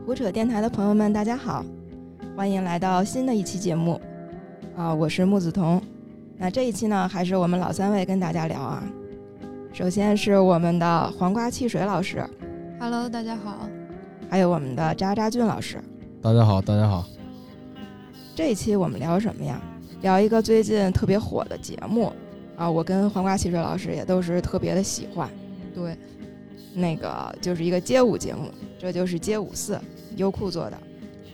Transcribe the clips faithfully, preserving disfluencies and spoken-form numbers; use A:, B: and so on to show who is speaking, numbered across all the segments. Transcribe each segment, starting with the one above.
A: 胡扯电台的朋友们大家好，欢迎来到新的一期节目啊、呃，我是木子彤。那这一期呢还是我们老三位跟大家聊啊。首先是我们的黄瓜汽水老师
B: Hello 大家好，
A: 还有我们的渣渣俊老师。
C: 大家好大家好。
A: 这一期我们聊什么呀？聊一个最近特别火的节目啊，我跟黄瓜汽水老师也都是特别的喜欢。
B: 对，
A: 那个就是一个街舞节目，这就是街舞四，优酷做的。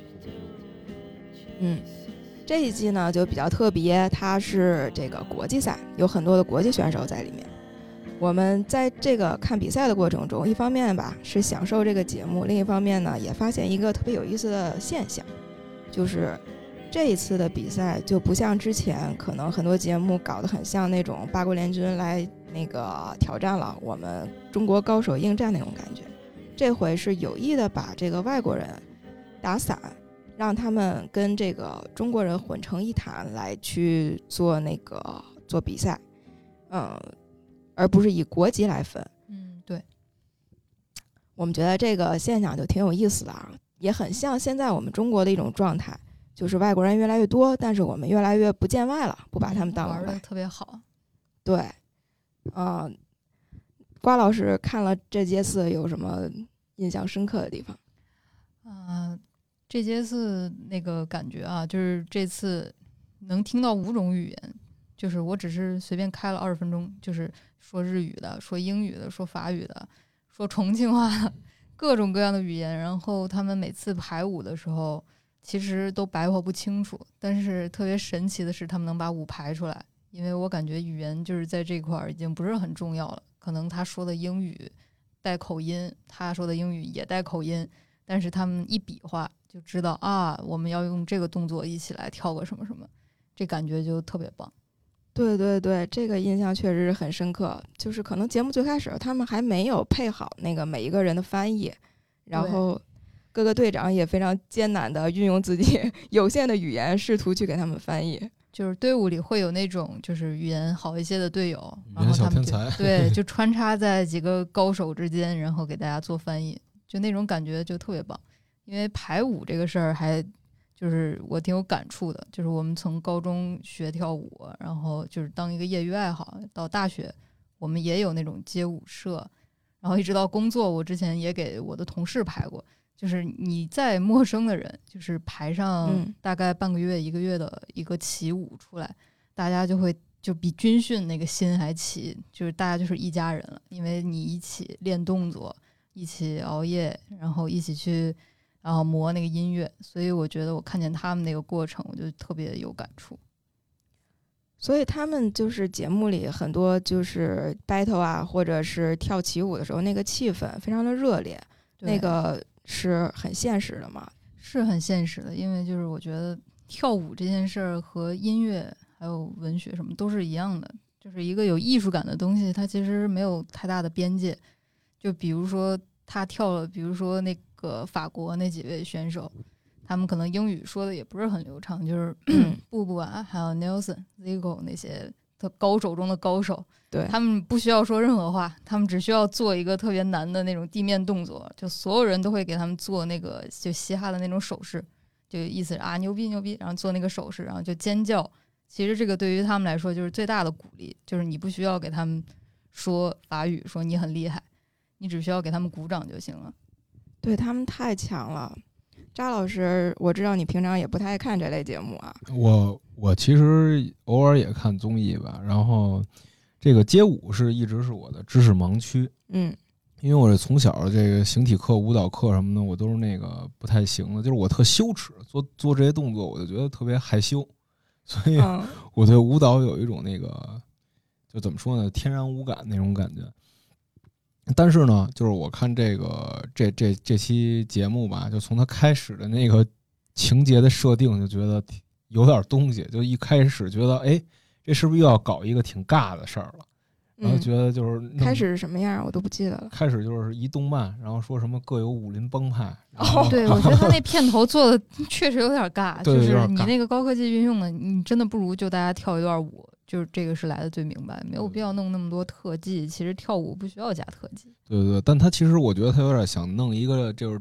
A: 嗯，这一季呢就比较特别，它是这个国际赛，有很多的国际选手在里面。我们在这个看比赛的过程中，一方面吧是享受这个节目，另一方面呢也发现一个特别有意思的现象，就是这一次的比赛就不像之前可能很多节目搞得很像那种八国联军来那个挑战了我们中国高手应战那种感觉。这回是有意的把这个外国人打散，让他们跟这个中国人混成一谈来去做那个做比赛，嗯，而不是以国籍来分。
B: 嗯，对。
A: 我们觉得这个现象就挺有意思的啊，也很像现在我们中国的一种状态，就是外国人越来越多，但是我们越来越不见外了，不把他们当外。
B: 玩的特别好。
A: 对，啊、呃，瓜老师看了这届四有什么印象深刻的地方？
B: 啊、呃，这届四那个感觉啊，就是这次能听到五种语言，就是我只是随便开了二十分钟，就是说日语的，说英语的，说法语的，说重庆话的，各种各样的语言。然后他们每次排舞的时候，其实都白话不清楚，但是特别神奇的是，他们能把舞排出来。因为我感觉语言就是在这块已经不是很重要了，可能他说的英语带口音，他说的英语也带口音，但是他们一比划就知道啊，我们要用这个动作一起来跳个什么什么，这感觉就特别棒。
A: 对对对，这个印象确实是很深刻。就是可能节目最开始他们还没有配好那个每一个人的翻译，然后各个队长也非常艰难的运用自己有限的语言，试图去给他们翻译。
B: 就是队伍里会有那种就是语言好一些的队友，
C: 语言小天才，
B: 对，就穿插在几个高手之间，然后给大家做翻译，就那种感觉就特别棒。因为排舞这个事儿还就是我挺有感触的，就是我们从高中学跳舞，然后就是当一个业余爱好，到大学我们也有那种街舞社，然后一直到工作，我之前也给我的同事排过。就是你在陌生的人，就是排上大概半个月、一个月的一个起舞出来，嗯、大家就会就比军训那个心还齐，就是大家就是一家人了，因为你一起练动作，一起熬夜，然后一起去然后磨那个音乐，所以我觉得我看见他们那个过程，我就特别有感触。
A: 所以他们就是节目里很多就是 battle 啊，或者是跳起舞的时候，那个气氛非常的热烈，那个。是很现实的吗？
B: 是很现实的，因为就是我觉得跳舞这件事儿和音乐还有文学什么都是一样的，就是一个有艺术感的东西，它其实没有太大的边界。就比如说他跳了，比如说那个法国那几位选手，他们可能英语说的也不是很流畅，就是布布啊，还有 Nelson、Zico 那些高手中的高手，
A: 对，
B: 他们不需要说任何话，他们只需要做一个特别难的那种地面动作，就所有人都会给他们做那个就嘻哈的那种手势，就意思是啊牛逼牛逼，然后做那个手势，然后就尖叫。其实这个对于他们来说就是最大的鼓励，就是你不需要给他们说法语说你很厉害，你只需要给他们鼓掌就行了。
A: 对，他们太强了。扎老师，我知道你平常也不太爱看这类节目啊。
C: 我我其实偶尔也看综艺吧，然后这个街舞是一直是我的知识盲区。
A: 嗯，
C: 因为我是从小这个形体课、舞蹈课什么的，我都是那个不太行的，就是我特羞耻，做做这些动作我就觉得特别害羞，所以我对舞蹈有一种那个就怎么说呢，天然无感那种感觉。但是呢，就是我看这个这这这期节目吧，就从它开始的那个情节的设定，就觉得有点东西。就一开始觉得，哎，这是不是又要搞一个挺尬的事儿了？然后觉得就是、
A: 嗯、开始是什么样，我都不记得了。
C: 开始就是一动漫，然后说什么各有武林帮派。
B: 哦，对，我觉得他那片头做的确实有点尬，
C: 对
B: 就是你那个高科技运用的，你真的不如就大家跳一段舞。就是这个是来的最明白，没有必要弄那么多特技。其实跳舞不需要加特技。
C: 对对对，但他其实我觉得他有点想弄一个就是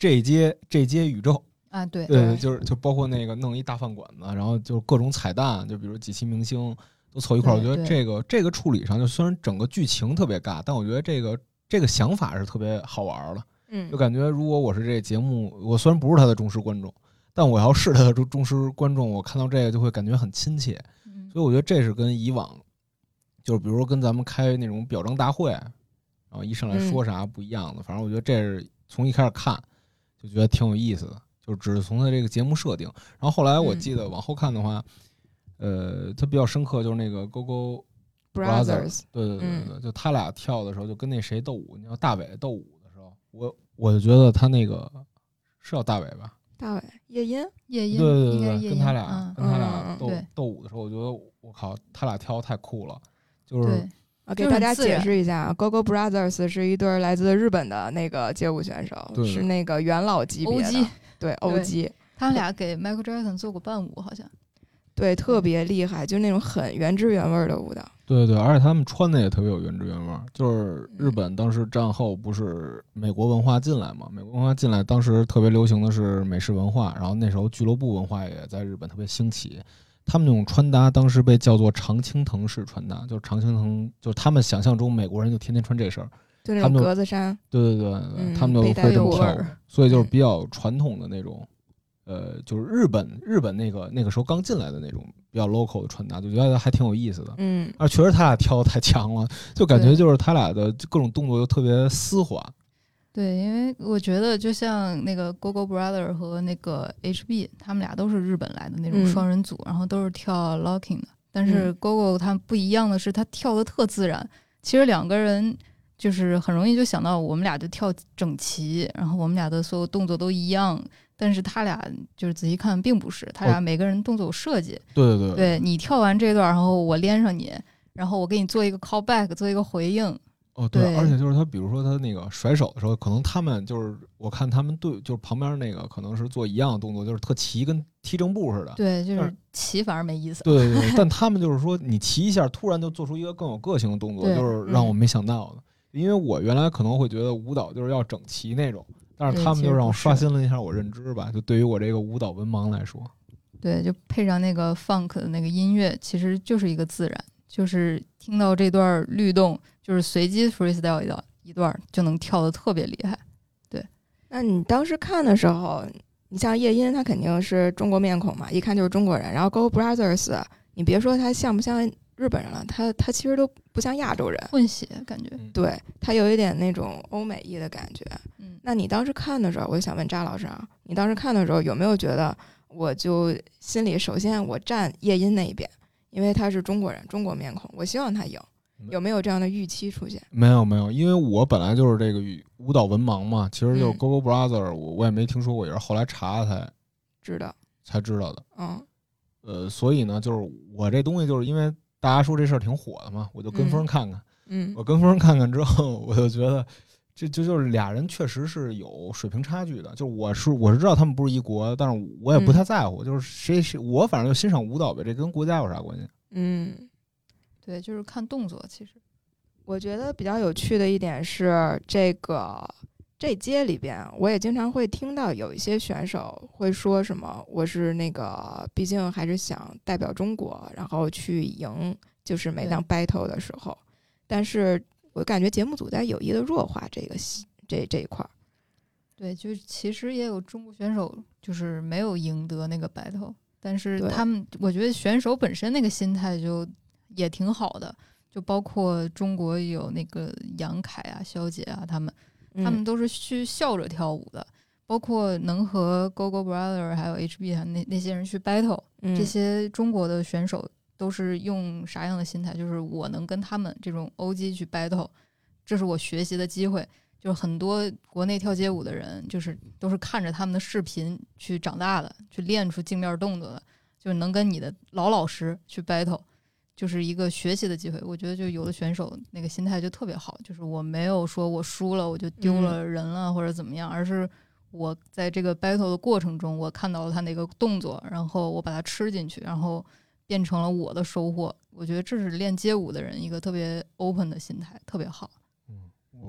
C: 这阶这阶宇宙
B: 啊，对
C: 对，就是就包括那个弄一大饭馆子，然后就各种彩蛋，就比如几期明星都凑一块儿。我觉得这个这个处理上，就虽然整个剧情特别尬，但我觉得这个这个想法是特别好玩的。
A: 嗯，
C: 就感觉如果我是这节目，我虽然不是他的忠实观众，但我要是他的忠实观众，我看到这个就会感觉很亲切。
B: 嗯、
C: 所以我觉得这是跟以往，就是比如说跟咱们开那种表彰大会，然后一上来说啥不一样的。嗯、反正我觉得这是从一开始看就觉得挺有意思的，就只是从他这个节目设定。然后后来我记得往后看的话，嗯、呃，他比较深刻就是那个 Go Go Brothers， 对对对对对，嗯、就他俩跳的时候就跟那谁斗舞，你知道大伟斗舞的时候，我我就觉得他那个是叫大伟吧。
A: 大伟夜莺
B: 夜莺
C: 对对对对，跟他俩、
B: 嗯、
C: 跟他俩斗、
B: 嗯、
C: 斗舞的时候，我觉得我靠，他俩跳的太酷了。就是
A: 我给大家解释一下 ，Go Go Brothers 是一对来自日本的那个街舞选手，是那个元老级别的，
B: O G
A: 对 O G，
B: 他们俩给 Michael Jackson 做过伴舞，好像。
A: 对，特别厉害，就是那种很原汁原味的舞蹈。
C: 对对，而且他们穿的也特别有原汁原味。就是日本当时战后不是美国文化进来嘛，美国文化进来，当时特别流行的是美式文化，然后那时候俱乐部文化也在日本特别兴起。他们那种穿搭当时被叫做常青藤式穿搭，就是常青藤，就是他们想象中美国人就天天穿这身，
A: 就那种格子衫。
C: 对对对，嗯、他们就会这么跳，所以就是比较传统的那种。呃，就是日本日本那个那个时候刚进来的那种比较 local 的穿搭，就觉得还挺有意思的。
A: 嗯，
C: 而确实他俩跳的太强了，就感觉就是他俩的各种动作又特别丝滑。
B: 对，因为我觉得就像那个 Go Go Brother 和那个 H B， 他们俩都是日本来的那种双人组，嗯、然后都是跳 locking 的。但是 Go Go 他们不一样的是，他跳的特自然。其实两个人就是很容易就想到我们俩就跳整齐，然后我们俩的所有动作都一样。但是他俩就是仔细看并不是，他俩每个人动作有设计。
C: 哦、对对对，
B: 对你跳完这段，然后我连上你，然后我给你做一个 call back， 做一个回应。
C: 哦，对，对而且就是他，比如说他那个甩手的时候，可能他们就是我看他们对，就是旁边那个可能是做一样的动作，就是特齐，跟踢正步似的。
B: 对，就是齐反而没意思。
C: 对对对，但他们就是说你齐一下，突然就做出一个更有个性的动作，就是让我没想到的。嗯、因为我原来可能会觉得舞蹈就是要整齐那种。但是他们就让我刷新了一下我认知吧，就对于我这个舞蹈文盲来说，
B: 对，就配上那个 funk 的那个音乐，其实就是一个自然，就是听到这段律动，就是随机 freestyle 一段一段就能跳得特别厉害。对，
A: 那你当时看的时候，你像夜莺，他肯定是中国面孔嘛，一看就是中国人。然后 Go Brothers， 你别说他像不像日本人了，他他其实都不像亚洲人，
B: 混血感觉。
A: 对，他有一点那种欧美裔的感觉。
B: 嗯，
A: 那你当时看的时候，我就想问扎老师啊，你当时看的时候有没有觉得，我就心里首先我站夜莺那一边，因为他是中国人，中国面孔，我希望他赢，有没有这样的预期出现？
C: 没有没有，因为我本来就是这个舞蹈文盲嘛，其实就是 Go Go Brother，、嗯、我我也没听说过，也是后来查才
A: 知道
C: 才知道的。
A: 嗯，
C: 呃，所以呢，就是我这东西就是因为大家说这事儿挺火的嘛，我就跟风看看。
A: 嗯，
C: 我跟风看看之后，我就觉得这就就是俩人确实是有水平差距的。就我是我是知道他们不是一国，但是我也不太在乎，嗯、就是谁谁我反正就欣赏舞蹈呗，这跟国家有啥关系？
A: 嗯，
B: 对，就是看动作。其实
A: 我觉得比较有趣的一点是，这个这届里边，我也经常会听到有一些选手会说什么，我是那个，毕竟还是想代表中国，然后去赢，就是每当 battle 的时候。但是我感觉节目组在有意的弱化这个这这一块。
B: 对，就其实也有中国选手就是没有赢得那个 battle， 但是他们我觉得选手本身那个心态就也挺好的，就包括中国有那个杨凯啊、肖姐啊，他们他们都是去笑着跳舞的，嗯、包括能和 Go Go Brother 还有 H B 那那些人去 battle，嗯、这些中国的选手都是用啥样的心态？就是我能跟他们这种 O G 去 battle， 这是我学习的机会。就是很多国内跳街舞的人，就是都是看着他们的视频去长大的，去练出镜面动作的，就是能跟你的老老师去 battle， 就是一个学习的机会。我觉得就有的选手那个心态就特别好，就是我没有说我输了我就丢了人了、嗯、或者怎么样，而是我在这个 battle 的过程中，我看到了他那个动作，然后我把它吃进去，然后变成了我的收获。我觉得这是练街舞的人一个特别 open 的心态，特别好。
C: 我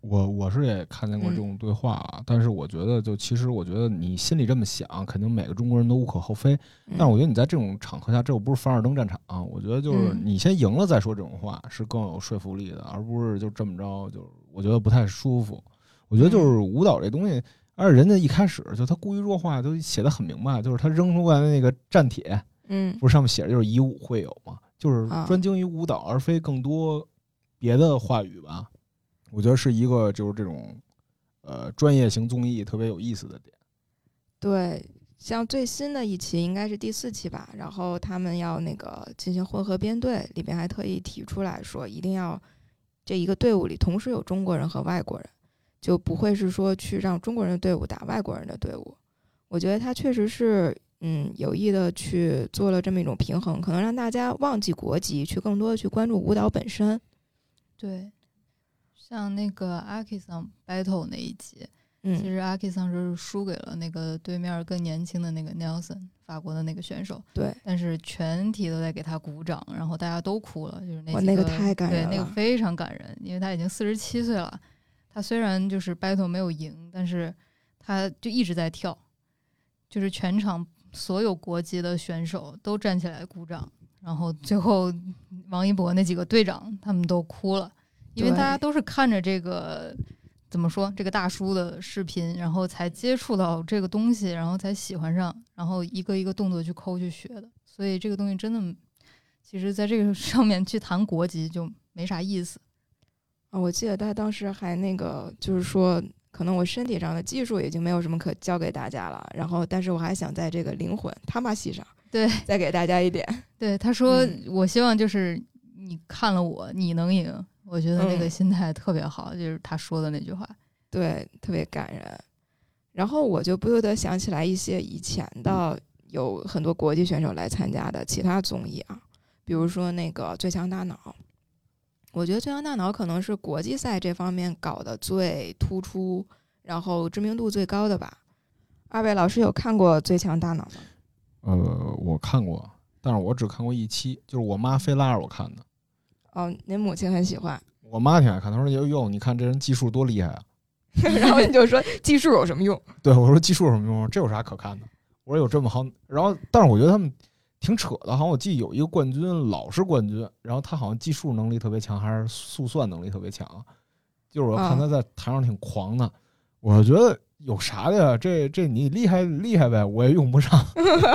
C: 我我是也看见过这种对话啊，嗯、但是我觉得就其实我觉得你心里这么想，肯定每个中国人都无可厚非。嗯、但是我觉得你在这种场合下，这又不是凡尔登战场、啊，我觉得就是你先赢了再说这种话是更有说服力的，而不是就这么着，就我觉得不太舒服。我觉得就是舞蹈这东西，而且人家一开始就他故意弱化都写得很明白，就是他扔出来的那个战帖，
A: 嗯，
C: 不是上面写着就是以武会友嘛，就是专精于舞蹈，而非更多别的话语吧。我觉得是一个就是这种呃专业型综艺特别有意思的点。
A: 对，像最新的一期应该是第四期吧，然后他们要那个进行混合编队，里边还特意提出来说一定要这一个队伍里同时有中国人和外国人，就不会是说去让中国人的队伍打外国人的队伍。我觉得他确实是嗯有意的去做了这么一种平衡，可能让大家忘记国籍，去更多的去关注舞蹈本身。
B: 对，像那个阿 K 桑 battle 那一集，
A: 嗯，
B: 其实阿 K 桑是输给了那个对面更年轻的那个 Nelson 法国的那个选手，
A: 对，
B: 但是全体都在给他鼓掌，然后大家都哭了，就是那几个
A: 那个太感人了，
B: 对，那个非常感人，因为他已经四十七岁了，他虽然就是 battle 没有赢，但是他就一直在跳，就是全场所有国籍的选手都站起来鼓掌，然后最后王一博那几个队长他们都哭了，因为大家都是看着这个怎么说这个大叔的视频，然后才接触到这个东西，然后才喜欢上，然后一个一个动作去抠去学的，所以这个东西真的其实在这个上面去谈国籍就没啥意思
A: 啊。我记得他当时还那个就是说可能我身体上的技术已经没有什么可教给大家了，然后但是我还想在这个灵魂他妈戏上
B: 对
A: 再给大家一点。
B: 对，他说、嗯、我希望就是你看了我你能赢，我觉得那个心态特别好、嗯、就是他说的那句话，
A: 对，特别感人。然后我就不由得想起来一些以前的有很多国际选手来参加的其他综艺啊，比如说那个最强大脑，我觉得最强大脑可能是国际赛这方面搞得最突出，然后知名度最高的吧。二位老师有看过最强大脑吗？
C: 呃，我看过，但是我只看过一期，就是我妈非拉着我看的。
A: 哦，您母亲很喜欢？
C: 我妈挺爱看，她说哟哟，你看这人技术多厉害啊！
A: 然后你就说技术有什么用？
C: 对，我说技术有什么用？这有啥可看的？我说有这么好，然后但是我觉得他们挺扯的，好像我记得有一个冠军老是冠军，然后他好像技术能力特别强，还是速算能力特别强，就是我看他在台上挺狂的，啊、我觉得有啥的呀？这这你厉害厉害呗，我也用不上。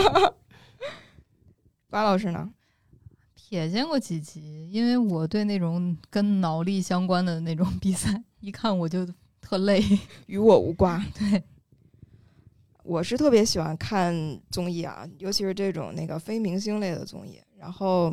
A: 巴老师呢？
B: 瞥见过几集，因为我对那种跟脑力相关的那种比赛，一看我就特累，
A: 与我无关。
B: 对，
A: 我是特别喜欢看综艺啊，尤其是这种那个非明星类的综艺。然后，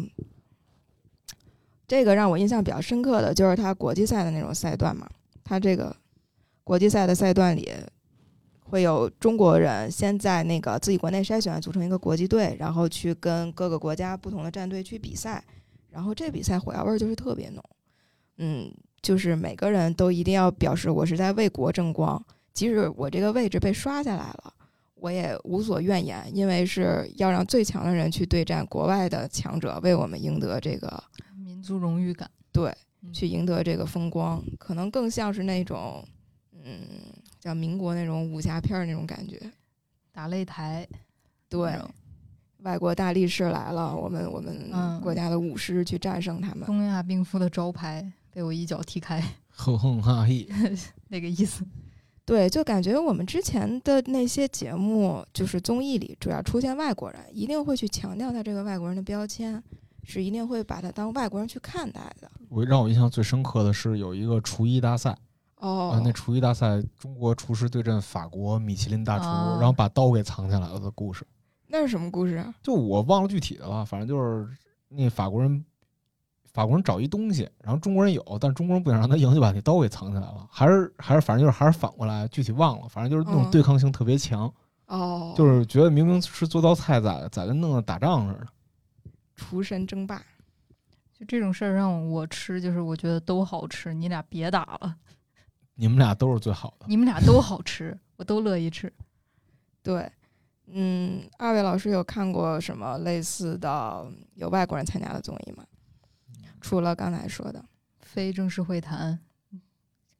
A: 这个让我印象比较深刻的就是他国际赛的那种赛段嘛，他这个国际赛的赛段里，会有中国人先在那个自己国内筛选组成一个国际队，然后去跟各个国家不同的战队去比赛，然后这比赛火药味就是特别浓，嗯，就是每个人都一定要表示我是在为国争光，即使我这个位置被刷下来了，我也无所怨言，因为是要让最强的人去对战国外的强者，为我们赢得这个
B: 民族荣誉感，
A: 对，去赢得这个风光，可能更像是那种嗯叫民国那种武侠片那种感觉，
B: 打擂台，
A: 对，外国大力士来了，我们我们国家的武师去战胜他们。
B: 东亚病夫的招牌被我一脚踢开，
C: 哼哼哈嘿，
B: 那个意思。
A: 对，就感觉我们之前的那些节目，就是综艺里主要出现外国人，一定会去强调他这个外国人的标签，是一定会把他当外国人去看待的。
C: 我让我印象最深刻的是有一个厨艺大赛。
A: 哦、
C: 啊，那厨艺大赛，中国厨师对阵法国米其林大厨，
B: 哦、
C: 然后把刀给藏起来了的故事。
A: 那是什么故事啊？
C: 就我忘了具体的了，反正就是那法国人，法国人找一东西，然后中国人有，但是中国人不想让他赢，就把那刀给藏起来了。还是还是反正就是还是反过来，具体忘了，反正就是那种对抗性特别强。
A: 哦，
C: 就是觉得明明是做道菜，咋咋跟弄得打仗似的。
A: 厨神争霸，
B: 就这种事儿让我吃，就是我觉得都好吃，你俩别打了。
C: 你们俩都是最好的，
B: 你们俩都好吃，我都乐意吃。
A: 对，嗯，二位老师有看过什么类似的有外国人参加的综艺吗？除了刚才说的
B: 非正式会谈，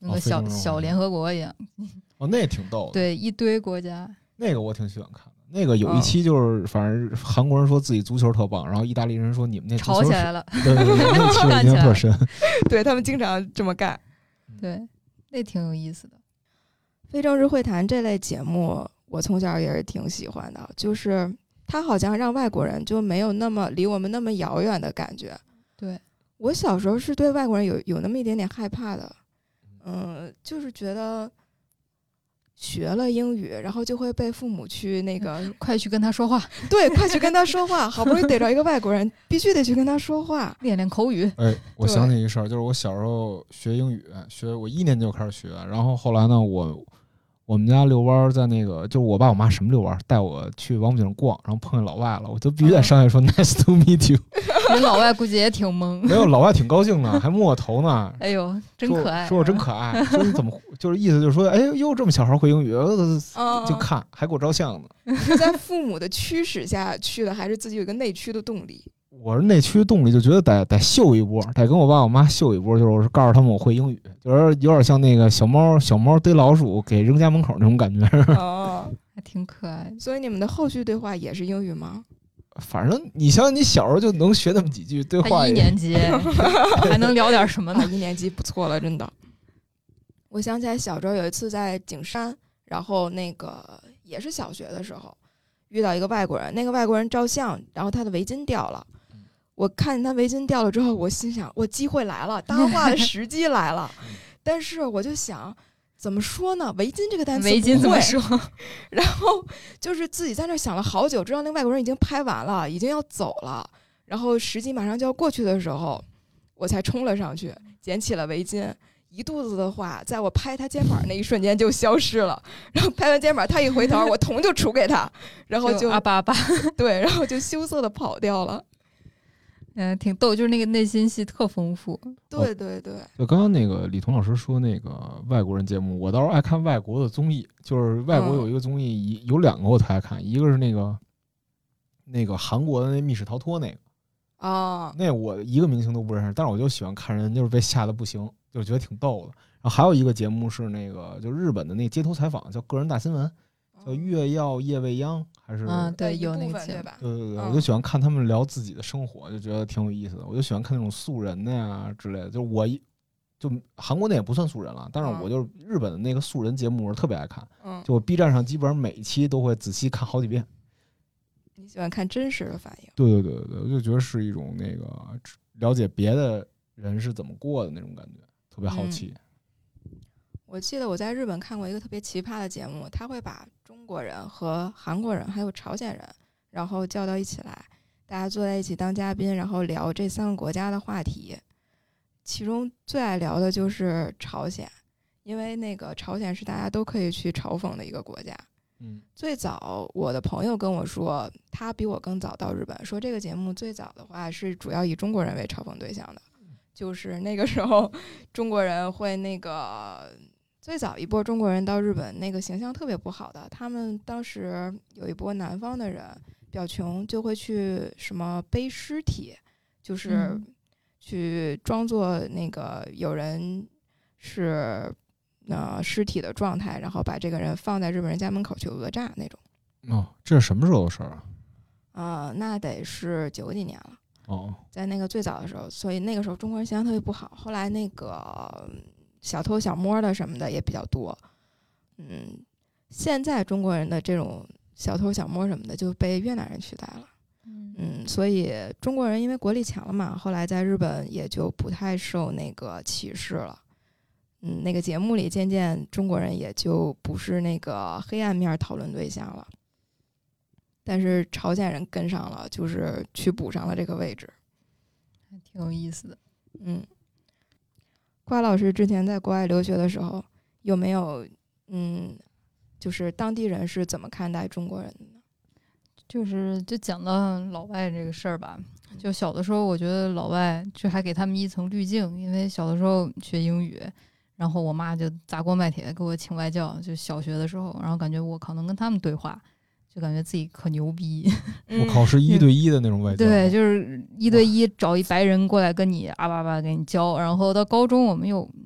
B: 那个小、哦、小联合国一样。
C: 哦，那也挺逗的。
B: 对，一堆国家。
C: 那个我挺喜欢看的。那个有一期就是，反正韩国人说自己足球特棒，然后意大利人说你们那足球
B: 吵起来了。
C: 对对对，那期我印象特深。
A: 对，他们经常这么干。
B: 对，那挺有意思的。
A: 非正式会谈这类节目，我从小也是挺喜欢的，就是它好像让外国人就没有那么离我们那么遥远的感觉。
B: 对，
A: 我小时候是对外国人有有那么一点点害怕的，嗯，就是觉得。学了英语，然后就会被父母去那个、
B: 嗯、快去跟他说话，
A: 对，快去跟他说话，好不容易逮着一个外国人，必须得去跟他说话，
B: 练练口语。
C: 哎，我想起一事儿，就是我小时候学英语，学我一年级就开始学，然后后来呢，我我们家遛弯在那个，就是我爸我妈什么遛弯，带我去王府井逛，然后碰见老外了，我就必须在上去说、嗯、Nice to meet you。
B: 人老外估计也挺懵，
C: 没有，老外挺高兴的，还摸我头呢。
B: 哎呦，真可爱！
C: 说, 说我真可爱，说你怎么就是意思就是说，哎呦，这么小孩会英语，就看还给我照相呢。
A: 你是在父母的驱使下去的，还是自己有一个内驱的动力？
C: 我是内驱的动力，就觉得得得秀一波，得跟我爸我妈秀一波，就是我是告诉他们我会英语，就是有点像那个小猫小猫逮老鼠给扔家门口那种感觉。
A: 哦，
B: 还挺可爱的。
A: 所以你们的后续对话也是英语吗？
C: 反正你想想，你小时候就能学那么几句对话，
B: 一年级还能聊点什么呢？
A: 一年级不错了，真的。我想起来小时候有一次在景山，然后那个也是小学的时候，遇到一个外国人，那个外国人照相，然后他的围巾掉了。我看见他围巾掉了之后，我心想，我机会来了，搭话的时机来了。但是我就想。怎么说呢？围巾这个单词，
B: 围巾怎么说？
A: 然后就是自己在那想了好久，知道那个外国人已经拍完了，已经要走了，然后时机马上就要过去的时候，我才冲了上去，捡起了围巾，一肚子的话，在我拍他肩膀那一瞬间就消失了。然后拍完肩膀，他一回头，我头就杵给他，然后就
B: 啊吧啊吧，
A: 对，然后就羞涩的跑掉了。
B: 嗯，挺逗，就是那个内心戏特丰富。
A: 对对对，
C: 就刚刚那个李彤老师说那个外国人节目，我倒是爱看外国的综艺，就是外国有一个综艺，嗯、有两个我特爱看，一个是那个那个韩国的那密室逃脱那个
A: 啊、哦，
C: 那我一个明星都不认识，但是我就喜欢看人就是被吓得不行，就觉得挺逗的。然后还有一个节目是那个就日本的那个街头采访，叫个人大新闻。叫月曜夜未央还是
B: 啊？对，有那个
A: 对吧？
C: 对对对，我就喜欢看他们聊自己的生活，就觉得挺有意思的。我就喜欢看那种素人的呀之类的。就是我就韩国那也不算素人了，但是我就日本的那个素人节目我特别爱看。嗯，就我 B 站上基本上每一期都会仔细看好几遍。
A: 你喜欢看真实的反应？
C: 对对对对对，我就觉得是一种那个了解别的人是怎么过的那种感觉，特别好奇。
A: 嗯，我记得我在日本看过一个特别奇葩的节目，他会把中国人和韩国人还有朝鲜人然后叫到一起来，大家坐在一起当嘉宾，然后聊这三个国家的话题。其中最爱聊的就是朝鲜，因为那个朝鲜是大家都可以去嘲讽的一个国家。
C: 嗯，
A: 最早我的朋友跟我说，他比我更早到日本，说这个节目最早的话是主要以中国人为嘲讽对象的，就是那个时候中国人会那个最早一波中国人到日本那个形象特别不好的，他们当时有一波南方的人比较穷，就会去什么背尸体，就是去装作那个有人是呃尸体的状态，然后把这个人放在日本人家门口去讹诈那种。
C: 哦，这是什么时候的事儿啊？
A: 啊、呃，那得是九几年了。
C: 哦，
A: 在那个最早的时候，所以那个时候中国人形象特别不好。后来那个小偷小摸的什么的也比较多。嗯，现在中国人的这种小偷小摸什么的就被越南人取代了。嗯，所以中国人因为国力强了嘛，后来在日本也就不太受那个歧视了。嗯，那个节目里渐渐中国人也就不是那个黑暗面讨论对象了。但是朝鲜人跟上了，就是去补上了这个位置，
B: 还挺有意思的。
A: 嗯，瓜老师之前在国外留学的时候，有没有嗯，就是当地人是怎么看待中国人的呢？
B: 就是就讲到老外这个事儿吧，就小的时候我觉得老外就还给他们一层滤镜，因为小的时候学英语，然后我妈就砸锅卖铁给我请外教，就小学的时候，然后感觉我可能跟他们对话。就感觉自己可牛逼，
C: 我靠，是一对一的那种外教。
B: 对，就是一对一找一白人过来跟你啊吧吧给你教。然后到高中我们又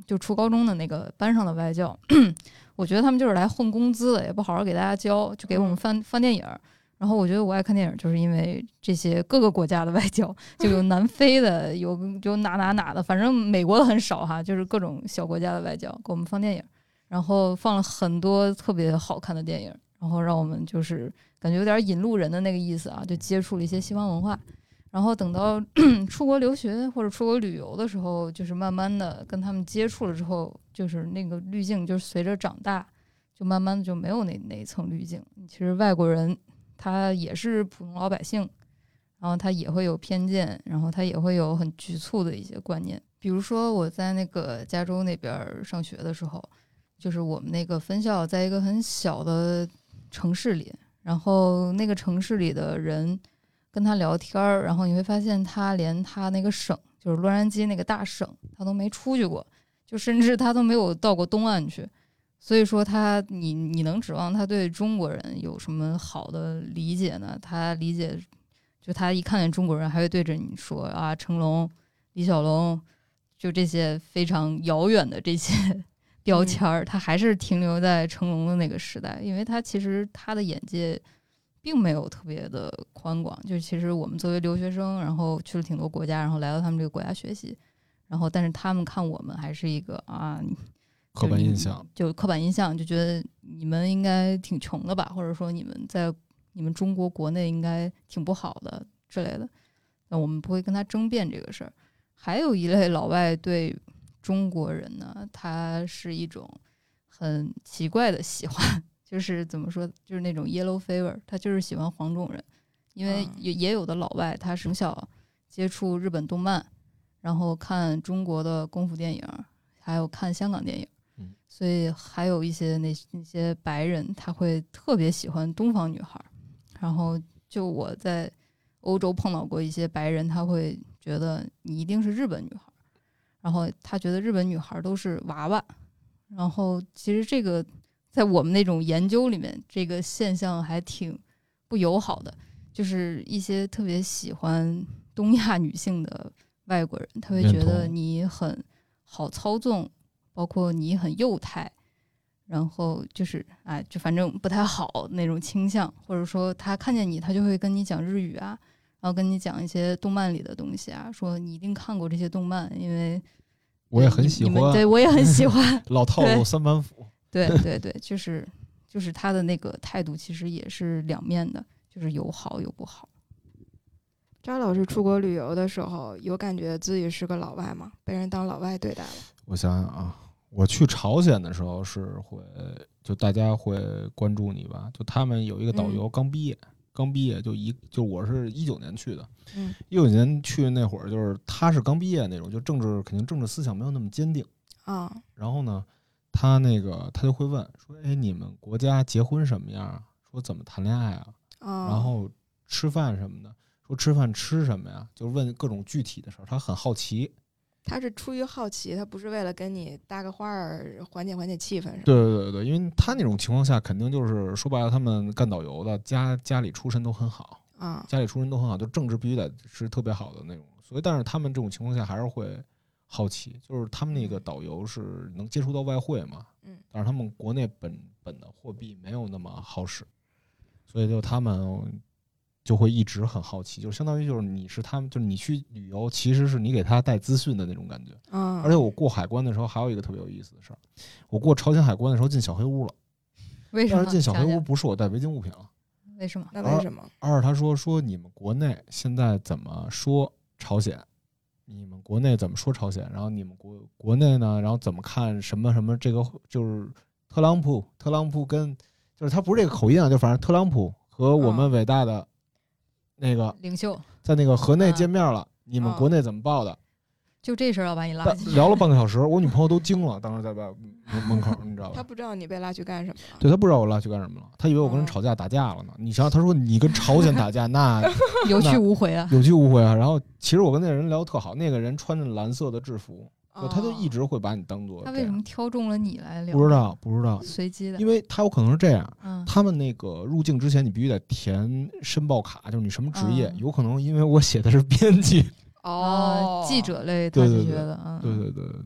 B: 就初高中的那个班上的外教，我觉得他们就是来混工资的，也不好好给大家教，就给我们翻翻电影。然后我觉得我爱看电影，就是因为这些各个国家的外教，就有南非的，有有哪哪哪的，反正美国的很少哈，就是各种小国家的外教给我们放电影，然后放了很多特别好看的电影，然后让我们就是感觉有点引路人的那个意思啊，就接触了一些西方文化。然后等到出国留学或者出国旅游的时候，就是慢慢的跟他们接触了之后，就是那个滤镜就是随着长大，就慢慢的就没有那那一层滤镜。其实外国人他也是普通老百姓，然后他也会有偏见，然后他也会有很局促的一些观念。比如说我在那个加州那边上学的时候，就是我们那个分校在一个很小的城市里，然后那个城市里的人跟他聊天，然后你会发现他连他那个省，就是洛杉矶那个大省，他都没出去过，就甚至他都没有到过东岸去。所以说他你你能指望他对中国人有什么好的理解呢？他理解就他一看见中国人还会对着你说啊，成龙、李小龙，就这些非常遥远的这些标签儿、嗯、他还是停留在成龙的那个时代，因为他其实他的眼界并没有特别的宽广。就其实我们作为留学生，然后去了挺多国家，然后来到他们这个国家学习，然后但是他们看我们还是一个啊
C: 刻板印象，
B: 就刻板印象，就觉得你们应该挺穷的吧，或者说你们在你们中国国内应该挺不好的之类的。那我们不会跟他争辩这个事儿。还有一类老外对中国人呢，他是一种很奇怪的喜欢，就是怎么说，就是那种 yellow fever， 他就是喜欢黄种人。因为也也有的老外他从小接触日本动漫，然后看中国的功夫电影，还有看香港电影，所以还有一些那那些白人他会特别喜欢东方女孩。然后就我在欧洲碰到过一些白人，他会觉得你一定是日本女孩，然后他觉得日本女孩都是娃娃。然后其实这个在我们那种研究里面，这个现象还挺不友好的，就是一些特别喜欢东亚女性的外国人，他会觉得你很好操纵，包括你很幼态，然后就是哎，就反正不太好那种倾向。或者说他看见你，他就会跟你讲日语啊，然后跟你讲一些动漫里的东西啊，说你一定看过这些动漫，因为
C: 我也很喜欢，
B: 对，我也很喜欢
C: 老套路三板斧，
B: 对对对，就是就是他的那个态度其实也是两面的，就是有好有不好。
A: 张老师出国旅游的时候，有感觉自己是个老外吗？被人当老外对待了？
C: 我想想啊，我去朝鲜的时候是会，就大家会关注你吧，就他们有一个导游刚毕业，嗯、刚毕业就一就我是一九年去的，
A: 嗯，
C: 一九年去那会儿就是他是刚毕业那种，就政治肯定政治思想没有那么坚定
A: 啊。
C: 然后呢，他那个他就会问说，哎，你们国家结婚什么样啊？说怎么谈恋爱啊？
A: 啊，
C: 然后吃饭什么的。说吃饭吃什么呀？就问各种具体的事儿，他很好奇。
A: 他是出于好奇，他不是为了跟你搭个话儿缓解缓解气氛。
C: 对对对对，因为他那种情况下，肯定就是说白了，他们干导游的家家里出身都很好
A: 啊，
C: 家里出身都很好，就政治必须得是特别好的那种。所以，但是他们这种情况下还是会好奇，就是他们那个导游是能接触到外汇嘛，
A: 嗯，
C: 但是他们国内本本的货币没有那么好使，所以就他们。就会一直很好奇，就是相当于就是你是他们，就是你去旅游，其实是你给他带资讯的那种感觉。
A: 嗯，
C: 而且我过海关的时候还有一个特别有意思的事儿，我过朝鲜海关的时候进小黑屋了。
B: 为什么？
C: 但是进小黑屋不是我带违禁物品了。
B: 为什么？
A: 那为什么？
C: 二他说说你们国内现在怎么说朝鲜？你们国内怎么说朝鲜？然后你们国国内呢？然后怎么看什么什么这个就是特朗普，特朗普跟就是他不是这个口音啊，就反正特朗普和我们伟大的。嗯那个
B: 领袖
C: 在那个河内见面了，啊、你们国内怎么报的？
B: 就这事儿要把你拉进去，
C: 聊了半个小时，我女朋友都惊了，当时在外门口，你知道吧？
A: 她不知道你被拉去干什么了。
C: 对，她不知道我拉去干什么了，她以为我跟人吵架打架了呢。你想想，她说你跟朝鲜打架，那
B: 有去无回啊，
C: 有去无回啊。然后其实我跟那个人聊得特好，那个人穿着蓝色的制服。就他就一直会把你当做。
B: 他为什么挑中了你来聊？
C: 不知道，不知道，
B: 随机的。
C: 因为他有可能是这样，
B: 嗯、
C: 他们那个入境之前你必须得填申报卡，就是你什么职业，
B: 嗯、
C: 有可能因为我写的是编辑，
A: 哦，
B: 记者类，他就觉得，
C: 对对对对对对。然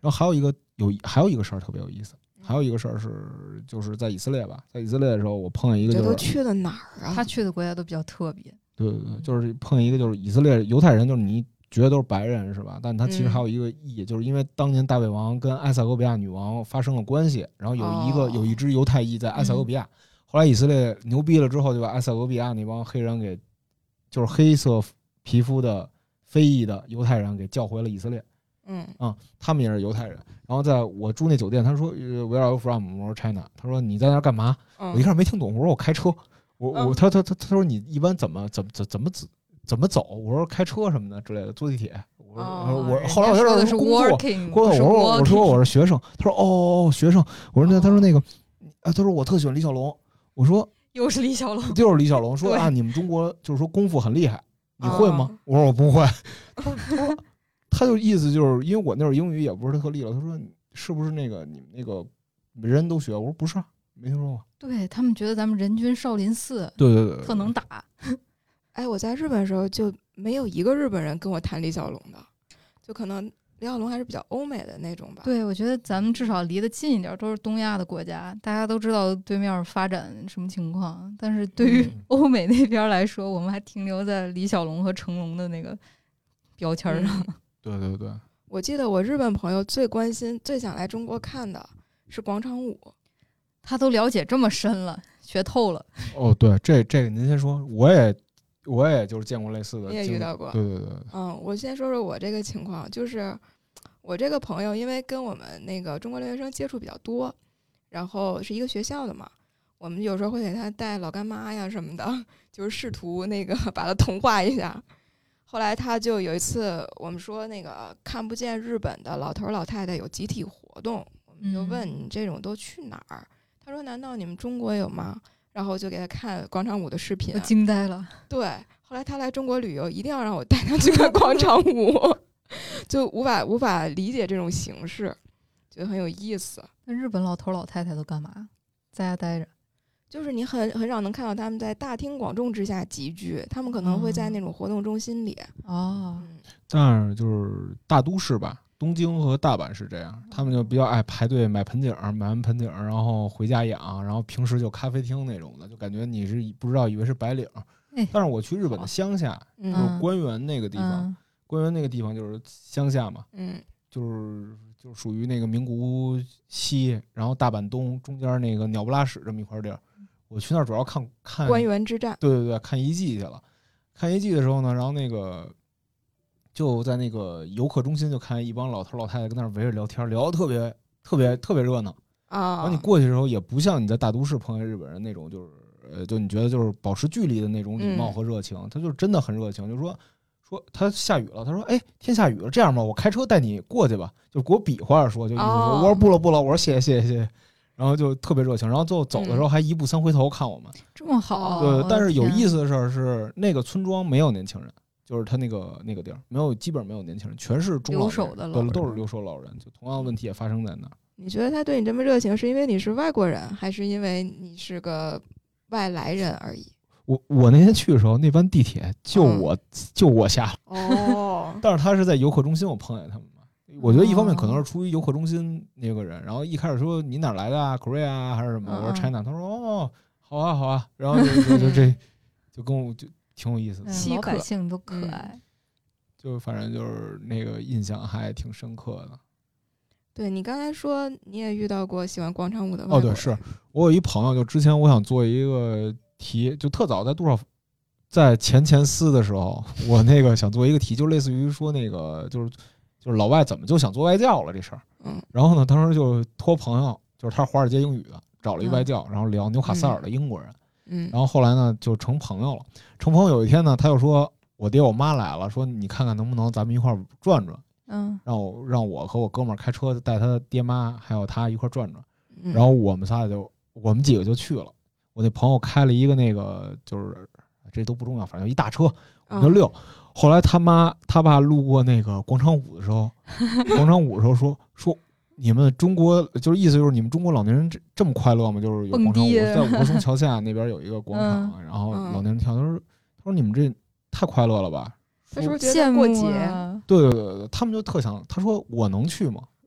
C: 然后还有一个有还有一个事儿特别有意思，还有一个事儿是就是在以色列吧，在以色列的时候，我碰见一个、就是，
A: 这都去了哪儿啊？
B: 他去的国家都比较特别。
C: 对对对，就是碰见一个就是以色列犹太人，就是你觉得都是白人是吧？但他其实还有一个意义，嗯、就是因为当年大卫王跟埃塞俄比亚女王发生了关系，然后有一个、哦、有一支犹太裔在埃塞俄比亚，嗯、后来以色列牛逼了之后，就把埃塞俄比亚那帮黑人给，就是黑色皮肤的非裔的犹太人给叫回了以色列。
A: 嗯
C: 啊、嗯，他们也是犹太人。然后在我住那酒店，他说 Where are you from？ 我说 China。他说你在那儿干嘛？
A: 嗯、
C: 我一开始没听懂，我说我开车。我我他他他他说你一般怎么怎么怎么怎怎么走？我说开车什么的之类的，坐地铁。我说、哦、我后来我在这工作，我说我说我是学生。他说哦学生。我说那、哦、他说那个啊，他说我特喜欢李小龙。我说
B: 又是李小龙，
C: 就是李小龙。说啊，你们中国就是说功夫很厉害，你会吗？哦、我说我不会。他说他就意思就是因为我那会儿英语也不是特厉害，他说是不是那个你们那个人人都学？我说不是，没听说过。
B: 对他们觉得咱们人均少林寺，
C: 对对 对, 对，
B: 特能打。
A: 哎，我在日本的时候就没有一个日本人跟我谈李小龙的，就可能李小龙还是比较欧美的那种吧。
B: 对，我觉得咱们至少离得近一点，都是东亚的国家，大家都知道对面发展什么情况。但是对于欧美那边来说，嗯、我们还停留在李小龙和成龙的那个标签上。
A: 嗯、
C: 对对对，
A: 我记得我日本朋友最关心、最想来中国看的是广场舞。
B: 他都了解这么深了，学透了。
C: 哦，对，这这个您先说，我也我也就是见过类似的，
A: 你也遇到过。
C: 对对对。
A: 嗯，我先说说我这个情况，就是我这个朋友因为跟我们那个中国留学生接触比较多，然后是一个学校的嘛，我们有时候会给他带老干妈呀什么的，就是试图那个把他同化一下。后来他就有一次，我们说那个看不见日本的老头老太太有集体活动，我们就问你这种都去哪儿？嗯，他说难道你们中国有吗？然后就给他看广场舞的视频、啊、
B: 我惊呆了。
A: 对，后来他来中国旅游一定要让我带他去看广场舞就无法无法理解这种形式，觉得很有意思。
B: 那日本老头老太太都干嘛？在家待着？
A: 就是你很很少能看到他们在大庭广众之下集聚，他们可能会在那种活动中心里。
B: 哦、
A: 嗯，
C: 但是就是大都市吧，东京和大阪是这样，他们就比较爱排队买盆景，买完盆景然后回家养，然后平时就咖啡厅那种的，就感觉你是不知道以为是白领。
B: 哎、
C: 但是我去日本的乡下，
A: 嗯、
C: 就是关原那个地方、
B: 嗯，
C: 关原那个地方就是乡下嘛，
A: 嗯，
C: 就是就属于那个名古屋西，然后大阪东中间那个鸟不拉屎这么一块地儿。我去那儿主要看看
A: 关原之战，
C: 对对对，看遗迹去了。看遗迹的时候呢，然后那个就在那个游客中心就看一帮老头老太太跟那儿围着聊天，聊得特别特别特别热闹
A: 啊。
C: 然后你过去的时候也不像你在大都市碰见日本人那种，就是呃，就你觉得就是保持距离的那种礼貌和热情，嗯、他就是真的很热情，就是说说他下雨了，他说哎天下雨了，这样吧，我开车带你过去吧，就给我比划着说，就意思说，哦、我说不了不了，我说谢谢谢谢谢谢。然后就特别热情，然后最后走的时候还一步三回头看我们，嗯、
B: 这么好。
C: 对，但是有意思的事儿是，那个村庄没有年轻人，就是他那个那个地儿没有，基本没有年轻人，全是中老
B: 留守的老人，
C: 对，都是留守老人。就同样的问题也发生在那儿。
A: 你觉得他对你这么热情，是因为你是外国人，还是因为你是个外来人而已？
C: 我我那天去的时候，那班地铁就我、嗯、就我下了
A: 哦，
C: 但是他是在游客中心，我碰见他们。我觉得一方面可能是出于游客中心那个人，然后一开始说你哪来的啊 ，Korea 啊还是什么？我说 China， 他说哦，好啊好啊，然后就就就这就跟我就挺有意思的，
B: 老百姓都可爱，
A: 嗯、
C: 就反正就是那个印象还挺深刻的。
A: 对你刚才说你也遇到过喜欢广场舞的外国人。
C: 哦，对，是我有一朋友，就之前我想做一个题，就特早在多少在前前司的时候，我那个想做一个题，就类似于说那个就是。就是老外怎么就想做外教了这事儿，
A: 嗯，
C: 然后呢，当时就托朋友，就是他是华尔街英语的，找了一外教，嗯、然后聊纽卡斯尔的英国人，
A: 嗯，
C: 然后后来呢就成朋友了。成朋友有一天呢，他就说我爹我妈来了，说你看看能不能咱们一块儿转转，
B: 嗯，
C: 让我让我和我哥们儿开车带他爹妈还有他一块儿转转，
A: 嗯，
C: 然后我们仨就我们几个就去了。我那朋友开了一个那个就是这都不重要，反正一大车，我们就溜。嗯后来他妈他爸路过那个广场舞的时候，广场舞的时候说说你们中国就是意思就是你们中国老年人这这么快乐吗？就是有广场舞，在五棵松桥下那边有一个广场，嗯、然后老年人跳。他说他说你们这太快乐了吧？
A: 他是不是觉得过节？
B: 啊、
C: 对对对对，他们就特想。他说我能去吗？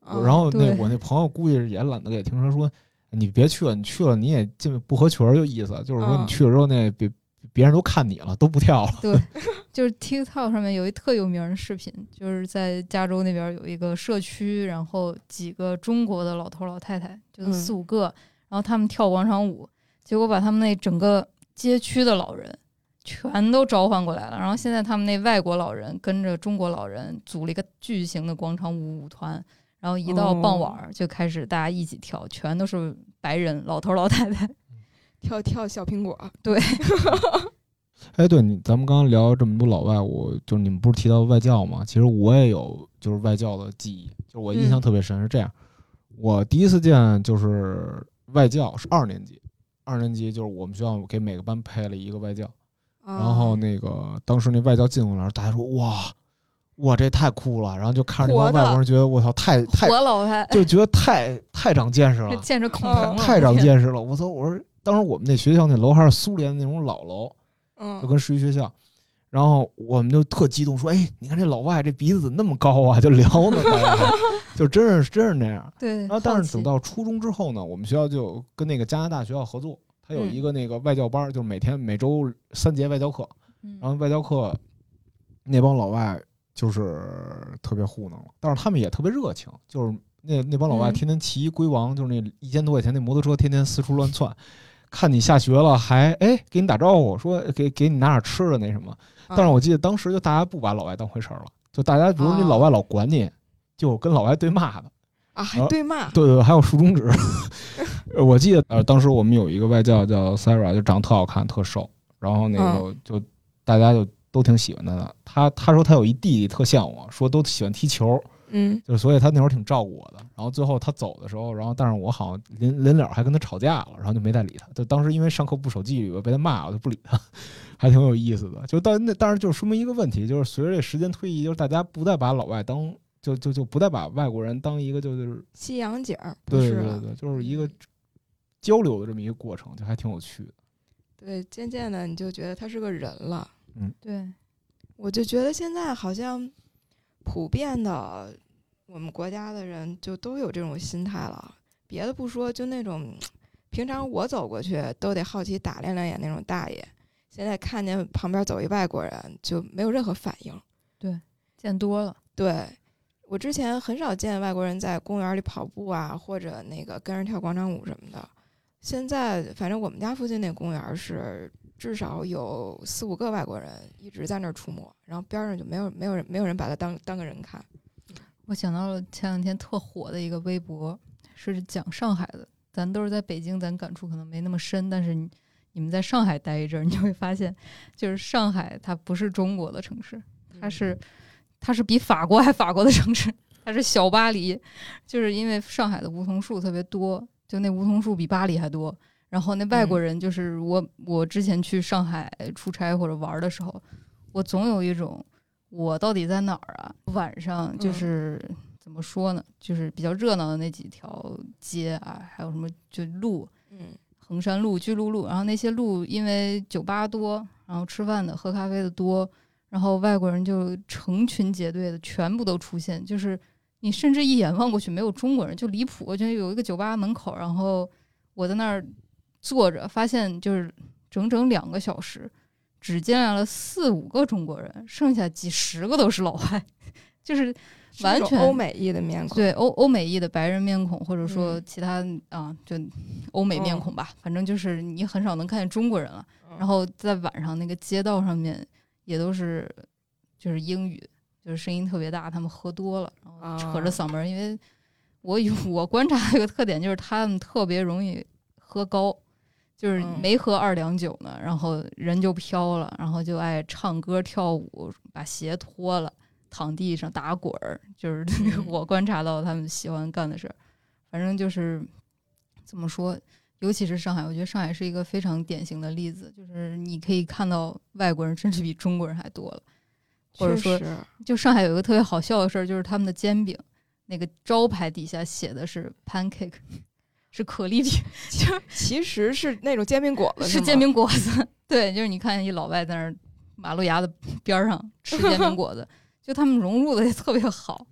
C: 嗯、然后那
B: 对
C: 我那朋友估计也懒得给听说说你别去了，你去了你也进不合群儿，就意思就是说你去了之后那别别人都看你了，都不跳了。
B: 对，就是 TikTok 上面有一特有名的视频，就是在加州那边有一个社区，然后几个中国的老头老太太，就四五个、嗯，然后他们跳广场舞，结果把他们那整个街区的老人全都召唤过来了。然后现在他们那外国老人跟着中国老人组了一个巨型的广场舞舞团，然后一到傍晚就开始大家一起跳，全都是白人老头老太太。
A: 跳跳小苹果，
B: 对。
C: 哎，对你，咱们刚刚聊这么多老外，我就是你们不是提到外教吗？其实我也有就是外教的记忆，就是我印象特别深、嗯、是这样。我第一次见就是外教是二年级，二年级就是我们学校给每个班配了一个外教，
A: 哦、
C: 然后那个当时那外教进过来，大家说哇哇这太酷了，然后就看着那帮外国人觉得我操太太
B: 活老太，
C: 就觉得太太长见识了，
B: 见着恐龙了，
C: 太长见识了，我操！我说当时我们那学校那楼还是苏联那种老楼。就跟市级学校，然后我们就特激动说：“哎，你看这老外这鼻子怎么那么高啊？”就聊呢，就真是真是那样。
B: 对。
C: 然后，但是等到初中之后呢，我们学校就跟那个加拿大学校合作，它有一个那个外教班，嗯、就是每天每周三节外教课。然后外教课那帮老外就是特别糊弄了，但是他们也特别热情，就是那那帮老外天天骑龟王，嗯、就是那一千多块钱那摩托车，天天四处乱窜。看你下学了还哎给你打招呼说给给你拿点吃的那什么，但是我记得当时就大家不把老外当回事了，就大家比如你老外老管你，哦、就跟老外对骂的
A: 啊，还对骂，
C: 对对，还有竖中指。我记得呃当时我们有一个外教叫 Sarah， 就长得特好看特瘦，然后那个就、嗯、大家就都挺喜欢他的。他他说他有一弟弟特像我，说都喜欢踢球。
A: 嗯，
C: 就是所以他那会儿挺照顾我的，然后最后他走的时候，然后但是我好像临临了还跟他吵架了，然后就没再理他。就当时因为上课不守纪律，我被他骂，我就不理他，还挺有意思的。就到那，但是就说明一个问题，就是随着这时间推移，就是大家不再把老外当就就就不再把外国人当一个就是
A: 西洋景，
C: 对对对，就是一个交流的这么一个过程，就还挺有趣的。
A: 对，渐渐的你就觉得他是个人了。
C: 嗯，
B: 对，
A: 我就觉得现在好像。普遍的，我们国家的人就都有这种心态了。别的不说，就那种平常我走过去都得好奇打量两眼那种大爷，现在看见旁边走一外国人就没有任何反应。
B: 对，见多了。
A: 对，我之前很少见外国人在公园里跑步啊，或者那个跟人跳广场舞什么的。现在反正我们家附近那公园是。至少有四五个外国人一直在那儿出没，然后边上就没有没有人没有人把他当当个人看。
B: 我想到了前两天特火的一个微博，是讲上海的。咱都是在北京，咱感触可能没那么深，但是你你们在上海待一阵，你就会发现，就是上海它不是中国的城市，它是它是比法国还法国的城市，它是小巴黎，就是因为上海的梧桐树特别多，就那梧桐树比巴黎还多。然后那外国人就是我，嗯、我之前去上海出差或者玩的时候，我总有一种我到底在哪儿啊？晚上就是、嗯、怎么说呢？就是比较热闹的那几条街啊，还有什么就路，
A: 嗯，
B: 衡山路、巨鹿路，然后那些路因为酒吧多，然后吃饭的、喝咖啡的多，然后外国人就成群结队的全部都出现，就是你甚至一眼望过去没有中国人，就离谱。就有一个酒吧门口，然后我在那儿。坐着发现就是整整两个小时只进来了四五个中国人，剩下几十个都是老外，就是完全
A: 欧美裔的面孔，
B: 对欧欧美裔的白人面孔，或者说其他、嗯、啊就欧美面孔吧、哦、反正就是你很少能看见中国人了、嗯、然后在晚上那个街道上面也都是就是英语，就是声音特别大，他们喝多了然后扯着嗓门、哦、因为我我观察一个特点就是他们特别容易喝高，就是没喝二两酒呢、嗯、然后人就飘了，然后就爱唱歌跳舞，把鞋脱了躺地上打滚儿，就是我观察到他们喜欢干的事儿。反正就是怎么说，尤其是上海，我觉得上海是一个非常典型的例子，就是你可以看到外国人甚至比中国人还多了，或者说就上海有一个特别好笑的事儿，就是他们的煎饼那个招牌底下写的是 pancake，是可丽饼，就
A: 其实是那种煎饼果子，
B: 是煎饼果子。对，就是你看一老外在那儿马路牙子边上吃煎饼果子，就他们融入的也特别好，特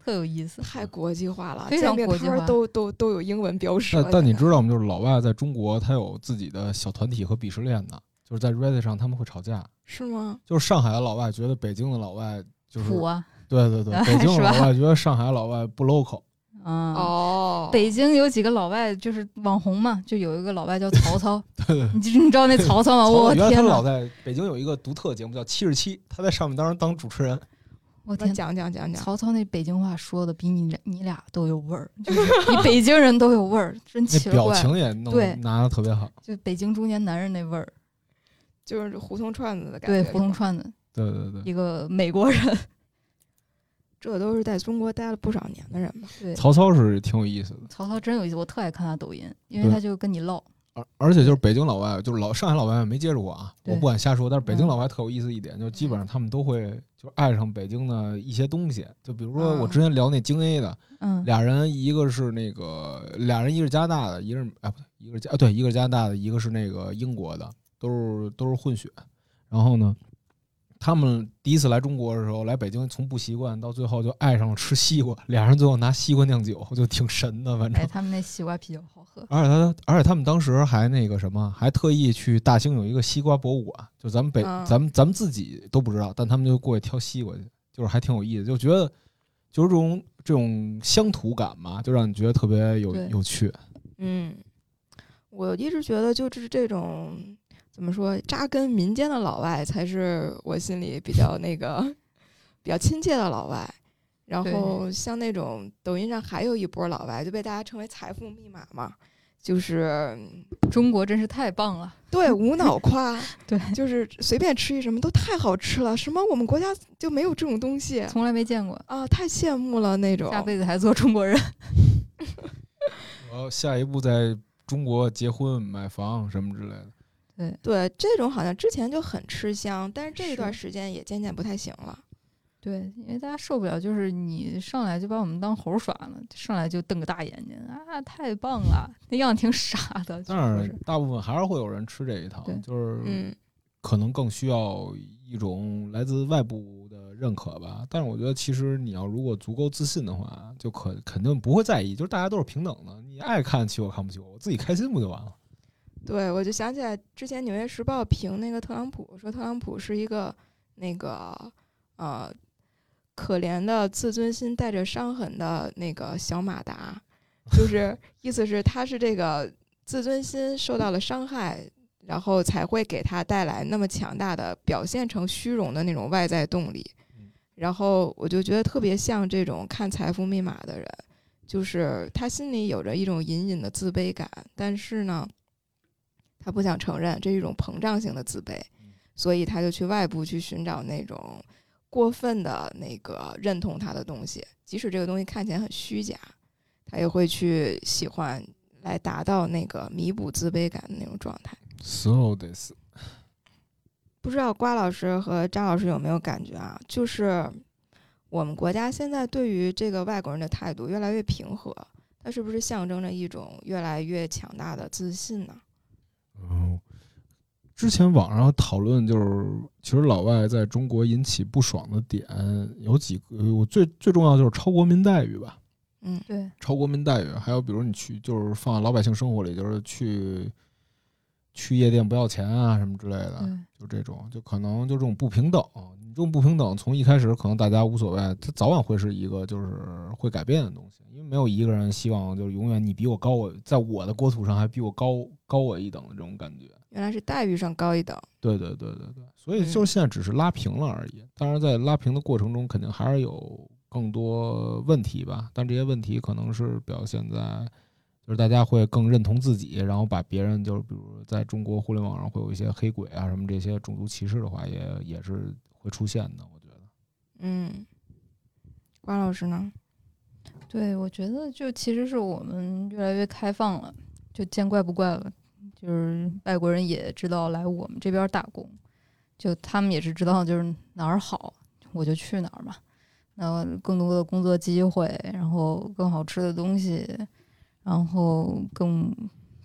B: 特有意思，
A: 太国际化了，
B: 非常国际化，
A: 都都都有英文标识。
C: 但但你知道吗？就是老外在中国，他有自己的小团体和鄙视链的，就是在 Reddit 上他们会吵架。
A: 是吗？
C: 就是上海的老外觉得北京的老外就是
B: 土啊，
C: 对对对，北京的老外觉得上海老外不 local。
B: 嗯
A: 哦，
B: 北京有几个老外就是网红嘛，就有一个老外叫曹操，
C: 对对，
B: 你你知道那曹操吗？我
C: 天哪！
B: 他
C: 老在北京有一个独特节目叫七十七，他在上面当时当主持人。
B: 我天，
A: 讲讲讲讲，
B: 曹操那北京话说的比你俩你俩都有味儿，就是比北京人都有味儿，真奇怪。
C: 那表情也弄
B: 对
C: 拿的特别好，
B: 就北京中年男人那味儿，
A: 就是胡同串子的感觉。
B: 对，胡同串子，
C: 对对对，
B: 一个美国人。
A: 这都是在中国待了不少年的人嘛。
B: 对，
C: 曹操是挺有意思的。
B: 曹操真有意思，我特爱看他抖音，因为他就跟你唠。
C: 而而且就是北京老外，就是老上海老外没接触过啊，我不敢瞎说。但是北京老外特有意思一点，嗯、就基本上他们都会就爱上北京的一些东西。就比如说我之前聊那京 A 的，
B: 嗯，
C: 俩人一个是那个俩人，一个是加拿大的，一个是哎不对，一个是加啊对，一个是加拿大的，一个是那个英国的，都是都是混血。然后呢，他们第一次来中国的时候，来北京从不习惯，到最后就爱上了吃西瓜，俩人最后拿西瓜酿酒，就挺神的。反正，
B: 哎，他们那西瓜啤酒好喝。
C: 而且他，而且他们当时还那个什么，还特意去大兴有一个西瓜博物馆，就咱们北，
A: 嗯、
C: 咱们咱们自己都不知道，但他们就过去挑西瓜去，就是还挺有意思，就觉得就是这种这种乡土感嘛，就让你觉得特别有有趣。
A: 嗯，我一直觉得就是这种。怎么说，扎根民间的老外才是我心里比较那个比较亲切的老外。然后像那种抖音上还有一波老外就被大家称为财富密码嘛，就是
B: 中国真是太棒了。
A: 对，无脑夸
B: 对，
A: 就是随便吃一什么都太好吃了，什么我们国家就没有这种东西，
B: 从来没见过
A: 啊，太羡慕了那种，
B: 下辈子还做中国人。
C: 我要下一步在中国结婚买房什么之类的。
B: 对
A: 对，这种好像之前就很吃香，但是这一段时间也渐渐不太行了。
B: 对，因为大家受不了，就是你上来就把我们当猴耍了，上来就瞪个大眼睛啊，太棒了，那样挺傻的。
C: 但是大部分还是会有人吃这一套，就是
A: 嗯，
C: 可能更需要一种来自外部的认可吧。但是我觉得，其实你要如果足够自信的话，就可肯定不会在意，就是大家都是平等的，你爱看起我看不起我，我自己开心不就完了。
A: 对，我就想起来之前《纽约时报》评那个特朗普，说特朗普是一个那个呃可怜的自尊心带着伤痕的那个小马达，就是意思是他是这个自尊心受到了伤害，然后才会给他带来那么强大的表现成虚荣的那种外在动力。然后我就觉得特别像这种看财富密码的人，就是他心里有着一种隐隐的自卑感，但是呢他不想承认，这是一种膨胀性的自卑，所以他就去外部去寻找那种过分的那个认同他的东西，即使这个东西看起来很虚假，他也会去喜欢来达到那个弥补自卑感的那种状态。
C: そうです。
A: 不知道瓜老师和张老师有没有感觉啊？就是我们国家现在对于这个外国人的态度越来越平和，它是不是象征着一种越来越强大的自信呢？
C: 嗯，之前网上讨论就是，其实老外在中国引起不爽的点有几个，我最最重要就是超国民待遇吧。
A: 嗯，
B: 对，
C: 超国民待遇，还有比如你去就是放在老百姓生活里，就是去去夜店不要钱啊什么之类的，就这种，就可能就这种不平等。你这种不平等从一开始可能大家无所谓，它早晚会是一个就是会改变的东西，因为没有一个人希望就是永远你比我高，我在我的国土上还比我高高我一等的这种感觉。
A: 原来是待遇上高一等。
C: 对对对对对，所以就是现在只是拉平了而已。当然在拉平的过程中肯定还是有更多问题吧，但这些问题可能是表现在就是大家会更认同自己，然后把别人就是比如在中国互联网上会有一些黑鬼啊什么这些种族歧视的话也也是会出现的，我觉得。
A: 嗯，关老师呢？
B: 对，我觉得就其实是我们越来越开放了，就见怪不怪了，就是外国人也知道来我们这边打工，就他们也是知道就是哪儿好我就去哪儿嘛，那更多的工作机会，然后更好吃的东西，然后更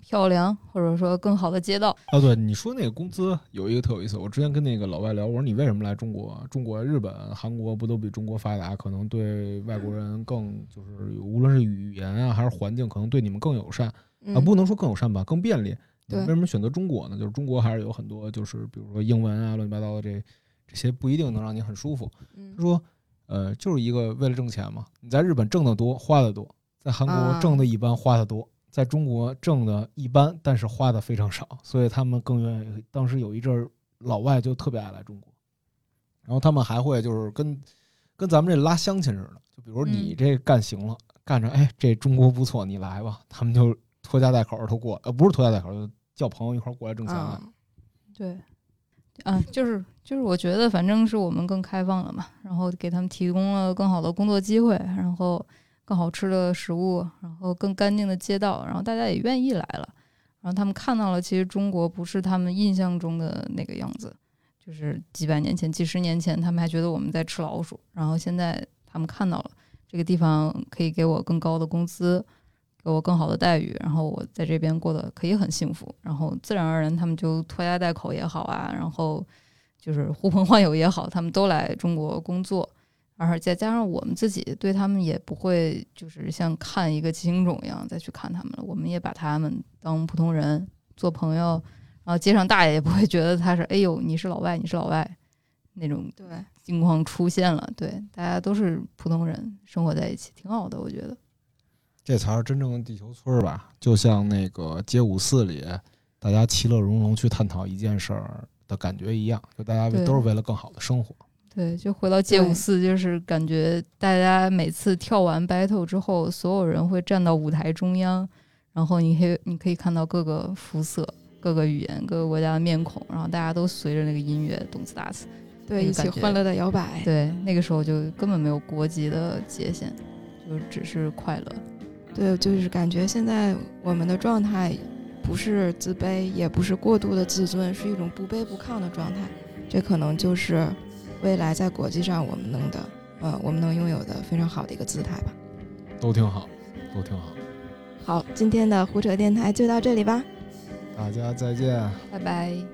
B: 漂亮，或者说更好的街道。
C: 啊，对，你说那个工资有一个特有意思，我之前跟那个老外聊，我说你为什么来中国？中国、日本、韩国不都比中国发达？可能对外国人更就是无论是语言啊还是环境，可能对你们更友善啊，不能说更友善吧，更便利。
A: 对，
C: 为什么选择中国呢？就是中国还是有很多就是比如说英文啊乱七八糟的这这些不一定能让你很舒服。他说，呃，就是一个为了挣钱嘛。你在日本挣得多，花得多；在韩国挣得一般，花得多；在中国挣得一般，但是花的非常少，所以他们更愿意。当时有一阵儿老外就特别爱来中国，然后他们还会就是跟跟咱们这拉乡亲似的，就比如你这干行了，嗯、干着，哎，这中国不错，你来吧，他们就拖家带口都过，呃，不是拖家带口，就叫朋友一块过来挣钱来。
B: 嗯、对。啊，就是就是，我觉得反正是我们更开放了嘛，然后给他们提供了更好的工作机会，然后更好吃的食物，然后更干净的街道，然后大家也愿意来了，然后他们看到了其实中国不是他们印象中的那个样子，就是几百年前、几十年前他们还觉得我们在吃老鼠，然后现在他们看到了这个地方可以给我更高的工资，给我更好的待遇，然后我在这边过得可以很幸福，然后自然而然他们就拖家带口也好啊，然后就是呼朋唤友也好，他们都来中国工作，而再加上我们自己对他们也不会就是像看一个寄生虫一样再去看他们了，我们也把他们当普通人做朋友，然后街上大爷也不会觉得他是哎呦你是老外你是老外那种情况出现了，对，大家都是普通人生活在一起，挺好的，我觉得。
C: 这才是真正的地球村吧，就像那个街舞四里大家其乐融融去探讨一件事儿的感觉一样，就大家都是为了更好的生活。
B: 对，就回到街舞四，就是感觉大家每次跳完 battle 之后，所有人会站到舞台中央，然后你可以你可以看到各个肤色、各个语言、各个国家的面孔，然后大家都随着那个音乐动次打次，
A: 对，一起欢乐的摇摆。
B: 对，那个时候就根本没有国籍的界限，就只是快乐。
A: 对，就是感觉现在我们的状态不是自卑，也不是过度的自尊，是一种不卑不亢的状态。这可能就是未来在国际上我们能的，呃，我们能拥有的非常好的一个姿态吧。
C: 都挺好，都挺好。
A: 好，今天的胡扯电台就到这里吧，
C: 大家再见，
B: 拜拜。